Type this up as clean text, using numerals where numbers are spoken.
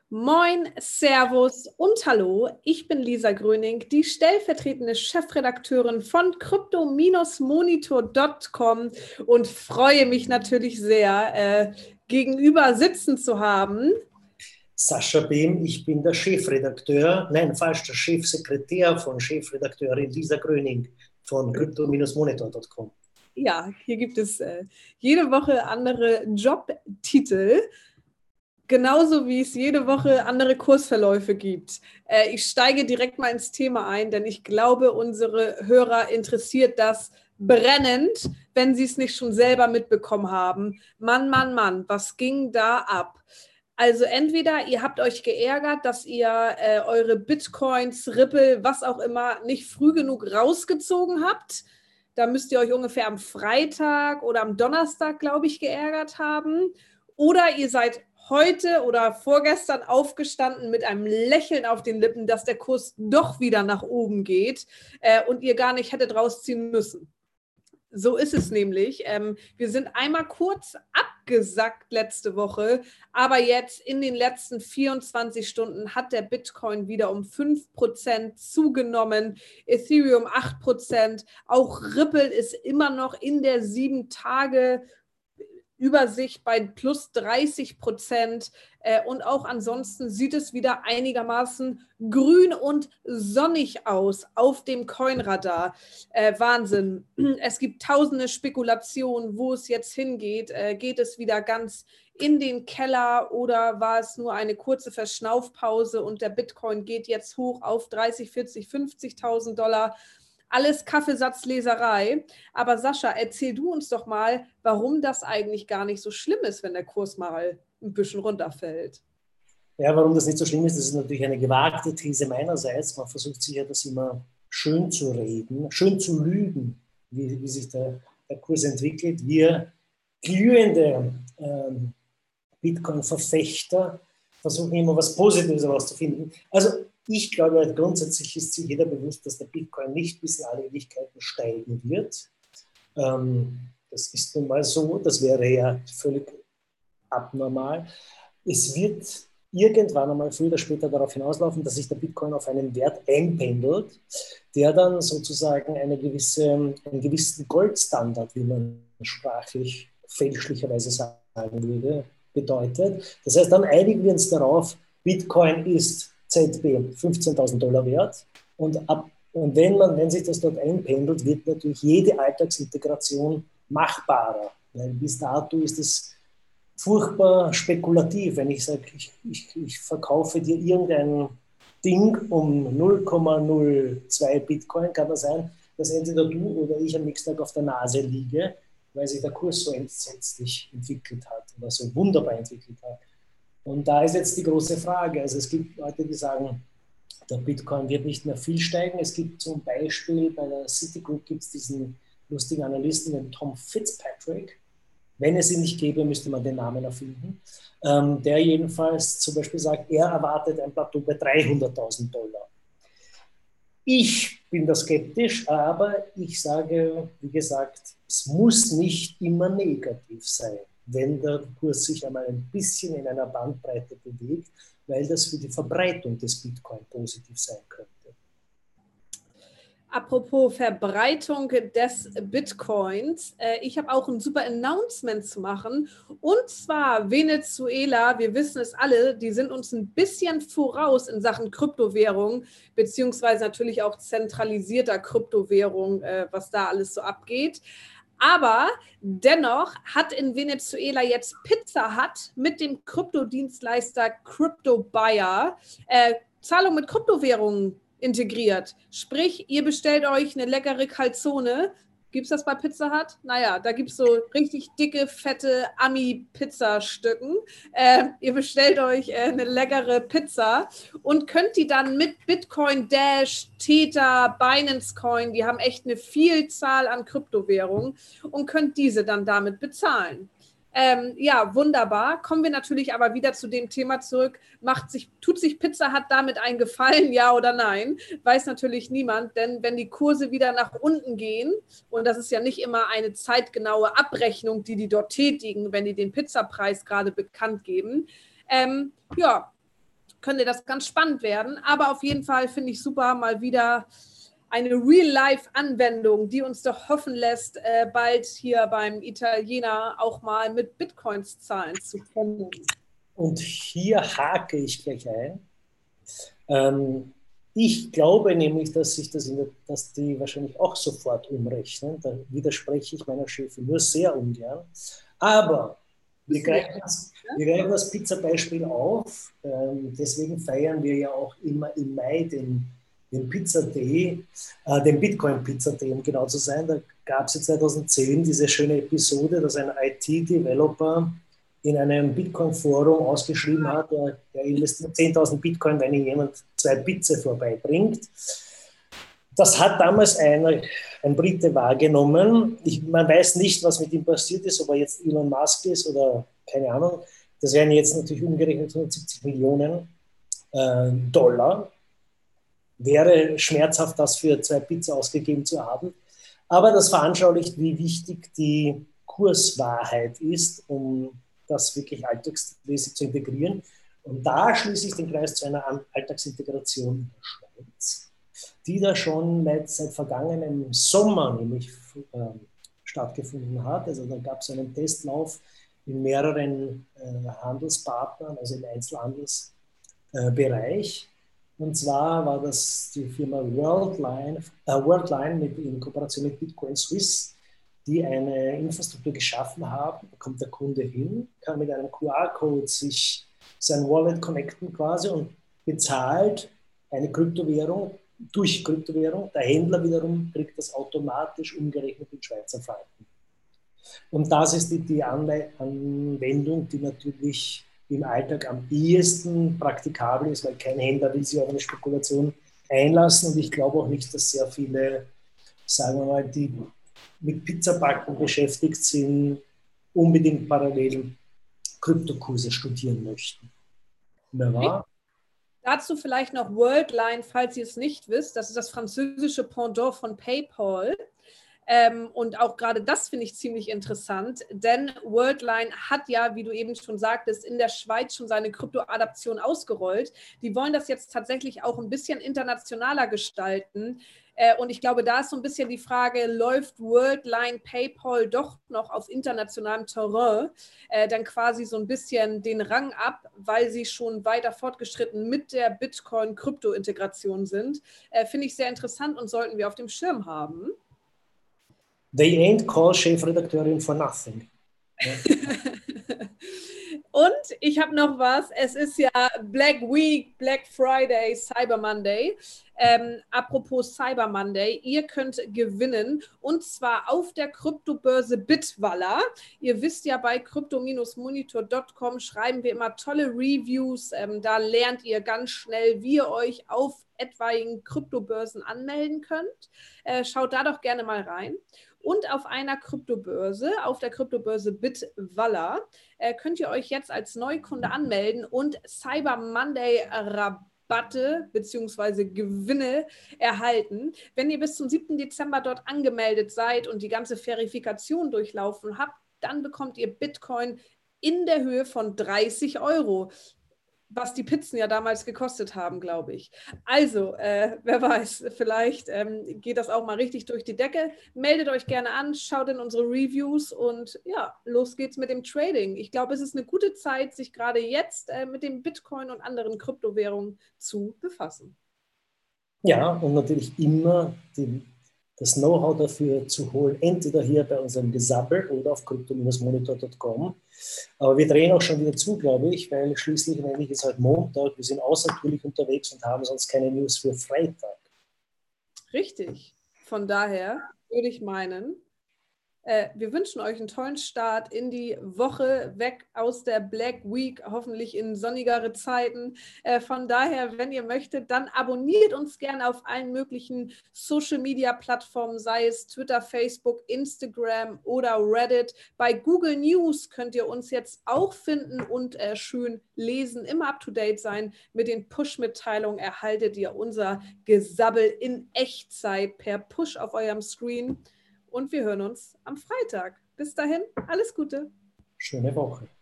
Moin, Servus und Hallo, ich bin Lisa Gröning, die stellvertretende Chefredakteurin von crypto-monitor.com und freue mich natürlich sehr, gegenüber sitzen zu haben. Sascha Behm, ich bin der Chefredakteur, nein, falsch, der Chefsekretär von Chefredakteurin Lisa Gröning von crypto-monitor.com. Ja, hier gibt es jede Woche andere Jobtitel. Genauso wie es jede Woche andere Kursverläufe gibt. Ich steige direkt mal ins Thema ein, denn ich glaube, unsere Hörer interessiert das brennend, wenn sie es nicht schon selber mitbekommen haben. Mann, was ging da ab? Also entweder ihr habt euch geärgert, dass ihr eure Bitcoins, Ripple, was auch immer, nicht früh genug rausgezogen habt. Da müsst ihr euch ungefähr am Freitag oder am Donnerstag, glaube ich, geärgert haben. Oder ihr seid heute oder vorgestern aufgestanden mit einem Lächeln auf den Lippen, dass der Kurs doch wieder nach oben geht und ihr gar nicht hättet rausziehen müssen. So ist es nämlich. Wir sind einmal kurz abgesackt letzte Woche, aber jetzt in den letzten 24 Stunden hat der Bitcoin wieder um 5% zugenommen, Ethereum 8%, auch Ripple ist immer noch in der 7-Tage- Übersicht bei plus 30% und auch ansonsten sieht es wieder einigermaßen grün und sonnig aus auf dem Coinradar. Wahnsinn. Es gibt tausende Spekulationen, wo es jetzt hingeht. Geht es wieder ganz in den Keller oder war es nur eine kurze Verschnaufpause und der Bitcoin geht jetzt hoch auf 30, 40, 50.000 Dollar? Alles Kaffeesatzleserei. Aber Sascha, erzähl du uns doch mal, warum das eigentlich gar nicht so schlimm ist, wenn der Kurs mal ein bisschen runterfällt. Ja, warum das nicht so schlimm ist, das ist natürlich eine gewagte These meinerseits. Man versucht sich ja das immer schön zu reden, schön zu lügen, wie sich der Kurs entwickelt. Wir glühende Bitcoin-Verfechter versuchen immer was Positives herauszufinden. Also ich glaube, grundsätzlich ist sich jeder bewusst, dass der Bitcoin nicht bis in alle Ewigkeiten steigen wird. Das ist nun mal so, das wäre ja völlig abnormal. Es wird irgendwann einmal früher oder später darauf hinauslaufen, dass sich der Bitcoin auf einen Wert einpendelt, der dann sozusagen einen gewissen Goldstandard, wie man sprachlich fälschlicherweise sagen würde, bedeutet. Das heißt, dann einigen wir uns darauf, Bitcoin ist ZB 15.000 Dollar wert und wenn sich das dort einpendelt, wird natürlich jede Alltagsintegration machbarer. Weil bis dato ist es furchtbar spekulativ, wenn ich sage, ich verkaufe dir irgendein Ding um 0,02 Bitcoin, kann das sein, dass entweder du oder ich am nächsten Tag auf der Nase liege, weil sich der Kurs so entsetzlich entwickelt hat oder so wunderbar entwickelt hat. Und da ist jetzt die große Frage. Also es gibt Leute, die sagen, der Bitcoin wird nicht mehr viel steigen. Es gibt zum Beispiel bei der Citigroup gibt es diesen lustigen Analysten, den Tom Fitzpatrick. Wenn es ihn nicht gäbe, müsste man den Namen erfinden. Der jedenfalls zum Beispiel sagt, er erwartet ein Plateau bei 300.000 Dollar. Ich bin da skeptisch, aber ich sage, wie gesagt, es muss nicht immer negativ sein, wenn der Kurs sich einmal ein bisschen in einer Bandbreite bewegt, weil das für die Verbreitung des Bitcoin positiv sein könnte. Apropos Verbreitung des Bitcoins, ich habe auch ein super Announcement zu machen. Und zwar Venezuela, wir wissen es alle, die sind uns ein bisschen voraus in Sachen Kryptowährung, beziehungsweise natürlich auch zentralisierter Kryptowährung, was da alles so abgeht. Aber dennoch hat in Venezuela jetzt Pizza Hut mit dem Kryptodienstleister CryptoBuyer Zahlung mit Kryptowährungen integriert. Sprich, ihr bestellt euch eine leckere Calzone. Gibt es das bei Pizza Hut? Naja, da gibt es so richtig dicke, fette Ami-Pizzastücken. Ihr bestellt euch eine leckere Pizza und könnt die dann mit Bitcoin, Dash, Tether, Binance Coin, die haben echt eine Vielzahl an Kryptowährungen und könnt diese dann damit bezahlen. Ja, wunderbar. Kommen wir natürlich aber wieder zu dem Thema zurück. Tut sich Pizza Hut damit einen Gefallen, ja oder nein? Weiß natürlich niemand, denn wenn die Kurse wieder nach unten gehen, und das ist ja nicht immer eine zeitgenaue Abrechnung, die dort tätigen, wenn die den Pizzapreis gerade bekannt geben, ja, könnte das ganz spannend werden. Aber auf jeden Fall finde ich super, mal wieder eine Real-Life-Anwendung, die uns doch hoffen lässt, bald hier beim Italiener auch mal mit Bitcoins zahlen zu können. Und hier hake ich gleich ein. Ich glaube nämlich, dass dass die wahrscheinlich auch sofort umrechnen. Da widerspreche ich meiner Chefin nur sehr ungern. Aber wir greifen das Pizza-Beispiel auf. Deswegen feiern wir ja auch immer im Mai den Pizza Day, den Bitcoin Pizza Day, um genau zu sein. Da gab es ja 2010 diese schöne Episode, dass ein IT-Developer in einem Bitcoin-Forum ausgeschrieben hat, er investiert 10.000 Bitcoin, wenn ihm jemand 2 Pizza vorbeibringt. Das hat damals ein Brite wahrgenommen. Man weiß nicht, was mit ihm passiert ist, ob er jetzt Elon Musk ist oder keine Ahnung. Das wären jetzt natürlich umgerechnet 170 Millionen Dollar. Wäre schmerzhaft, das für 2 Pizza ausgegeben zu haben. Aber das veranschaulicht, wie wichtig die Kurswahrheit ist, um das wirklich alltagsmäßig zu integrieren. Und da schließe ich den Kreis zu einer Alltagsintegration in der Schweiz, die da schon seit vergangenem Sommer nämlich stattgefunden hat. Also da gab es einen Testlauf in mehreren Handelspartnern, also im Einzelhandelsbereich. Und zwar war das die Firma Worldline in Kooperation mit Bitcoin Swiss, die eine Infrastruktur geschaffen haben. Da kommt der Kunde hin, kann mit einem QR-Code sich sein Wallet connecten quasi und bezahlt eine Kryptowährung durch Kryptowährung. Der Händler wiederum kriegt das automatisch umgerechnet in Schweizer Franken. Und das ist die Anwendung, die natürlich im Alltag am ehesten praktikabel ist, weil kein Händler will sich auf eine Spekulation einlassen. Und ich glaube auch nicht, dass sehr viele, sagen wir mal, die mit Pizzabacken beschäftigt sind, unbedingt parallel Kryptokurse studieren möchten. Wer war? Dazu vielleicht noch Worldline, falls ihr es nicht wisst. Das ist das französische Pendant von PayPal. Und auch gerade das finde ich ziemlich interessant, denn Worldline hat ja, wie du eben schon sagtest, in der Schweiz schon seine Krypto-Adaption ausgerollt. Die wollen das jetzt tatsächlich auch ein bisschen internationaler gestalten. Und ich glaube, da ist so ein bisschen die Frage, läuft Worldline PayPal doch noch auf internationalem Terrain dann quasi so ein bisschen den Rang ab, weil sie schon weiter fortgeschritten mit der Bitcoin-Krypto-Integration sind. Finde ich sehr interessant und sollten wir auf dem Schirm haben. They ain't call Chefredakteurin for nothing. Ja. Und ich habe noch was. Es ist ja Black Week, Black Friday, Cyber Monday. Apropos Cyber Monday, ihr könnt gewinnen und zwar auf der Kryptobörse Bitwala. Ihr wisst ja, bei crypto-monitor.com schreiben wir immer tolle Reviews. Da lernt ihr ganz schnell, wie ihr euch auf etwaigen Kryptobörsen anmelden könnt. Schaut da doch gerne mal rein. Und auf einer Kryptobörse, auf der Kryptobörse Bitwala, könnt ihr euch jetzt als Neukunde anmelden und Cyber Monday Rabatte bzw. Gewinne erhalten. Wenn ihr bis zum 7. Dezember dort angemeldet seid und die ganze Verifikation durchlaufen habt, dann bekommt ihr Bitcoin in der Höhe von 30 €. Was die Pizzen ja damals gekostet haben, glaube ich. Also, wer weiß, vielleicht geht das auch mal richtig durch die Decke. Meldet euch gerne an, schaut in unsere Reviews und ja, los geht's mit dem Trading. Ich glaube, es ist eine gute Zeit, sich gerade jetzt mit dem Bitcoin und anderen Kryptowährungen zu befassen. Ja, und natürlich immer das Know-how dafür zu holen, entweder hier bei unserem Gesabbel oder auf crypto-monitor.com. Aber wir drehen auch schon wieder zu, glaube ich, weil schließlich nämlich ist halt Montag, wir sind außertürlich unterwegs und haben sonst keine News für Freitag. Richtig. Von daher würde ich meinen, wir wünschen euch einen tollen Start in die Woche, weg aus der Black Week, hoffentlich in sonnigere Zeiten. Von daher, wenn ihr möchtet, dann abonniert uns gerne auf allen möglichen Social-Media-Plattformen, sei es Twitter, Facebook, Instagram oder Reddit. Bei Google News könnt ihr uns jetzt auch finden und schön lesen, immer up-to-date sein. Mit den Push-Mitteilungen erhaltet ihr unser Gesabbel in Echtzeit per Push auf eurem Screen. Und wir hören uns am Freitag. Bis dahin, alles Gute. Schöne Woche.